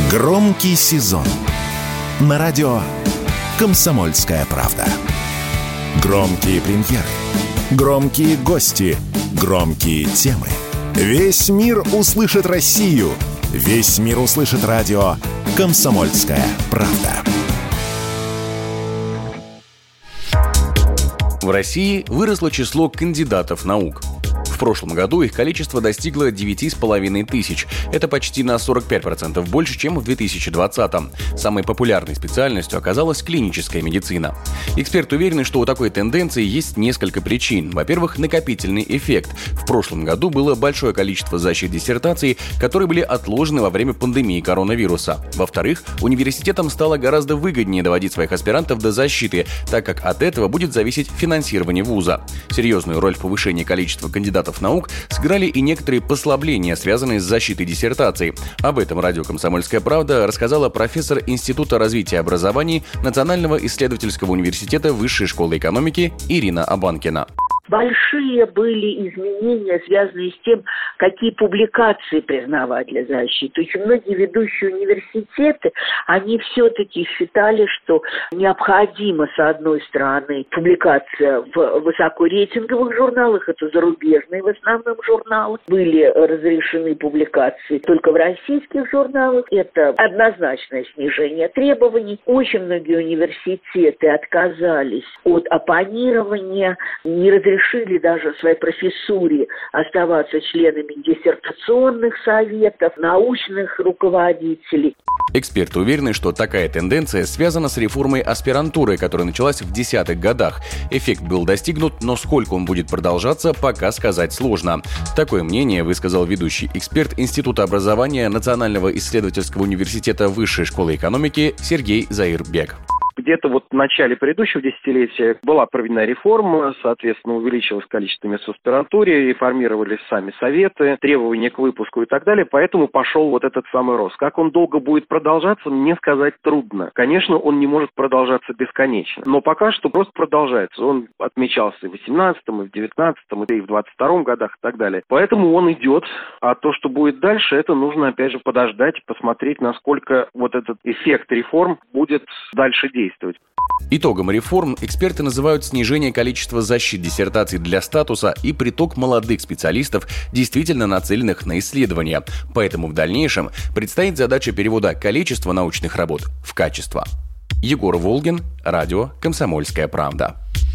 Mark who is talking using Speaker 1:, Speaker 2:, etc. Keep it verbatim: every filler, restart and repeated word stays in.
Speaker 1: Громкий сезон на радио «Комсомольская правда». Громкие премьеры, громкие гости, громкие темы. Весь мир услышит Россию. Весь мир услышит радио «Комсомольская правда».
Speaker 2: В России выросло число кандидатов наук. В прошлом году их количество достигло девять с половиной тысяч. Это почти на сорок пять процентов больше, чем в две тысячи двадцатом. Самой популярной специальностью оказалась клиническая медицина. Эксперты уверены, что у такой тенденции есть несколько причин. Во-первых, накопительный эффект. В прошлом году было большое количество защит диссертаций, которые были отложены во время пандемии коронавируса. Во-вторых, университетам стало гораздо выгоднее доводить своих аспирантов до защиты, так как от этого будет зависеть финансирование вуза. Серьезную роль в повышении количества кандидатов наук сыграли и некоторые послабления, связанные с защитой диссертаций. Об этом радио «Комсомольская правда» рассказала профессор Института развития образований Национального исследовательского университета Высшей школы экономики Ирина Абанкина.
Speaker 3: Большие были изменения, связанные с тем, какие публикации признавать для защиты. Очень многие ведущие университеты, они все-таки считали, что необходима, с одной стороны, публикация в высокорейтинговых журналах, это зарубежные в основном журналы. Были разрешены публикации только в российских журналах. Это однозначное снижение требований. Очень многие университеты отказались от оппонирования, не разрешили решили даже в своей профессуре оставаться членами диссертационных советов, научных руководителей.
Speaker 2: Эксперты уверены, что такая тенденция связана с реформой аспирантуры, которая началась в десятых годах. Эффект был достигнут, но сколько он будет продолжаться, пока сказать сложно. Такое мнение высказал ведущий эксперт Института образования Национального исследовательского университета Высшей школы экономики Сергей Заирбек.
Speaker 4: Где-то вот в начале предыдущего десятилетия была проведена реформа, соответственно, увеличилось количество мест в аспирантуре, реформировались сами советы, требования к выпуску и так далее, поэтому пошел вот этот самый рост. Как он долго будет продолжаться, мне сказать трудно. Конечно, он не может продолжаться бесконечно, но пока что просто продолжается. Он отмечался и в восемнадцатом, и в девятнадцатом, и в двадцать втором годах и так далее. Поэтому он идет, а то, что будет дальше, это нужно опять же подождать, посмотреть, насколько вот этот эффект реформ будет дальше действовать.
Speaker 2: Итогом реформ эксперты называют снижение количества защит диссертаций для статуса и приток молодых специалистов, действительно нацеленных на исследования. Поэтому в дальнейшем предстоит задача перевода количества научных работ в качество. Егор Волгин, радио «Комсомольская правда».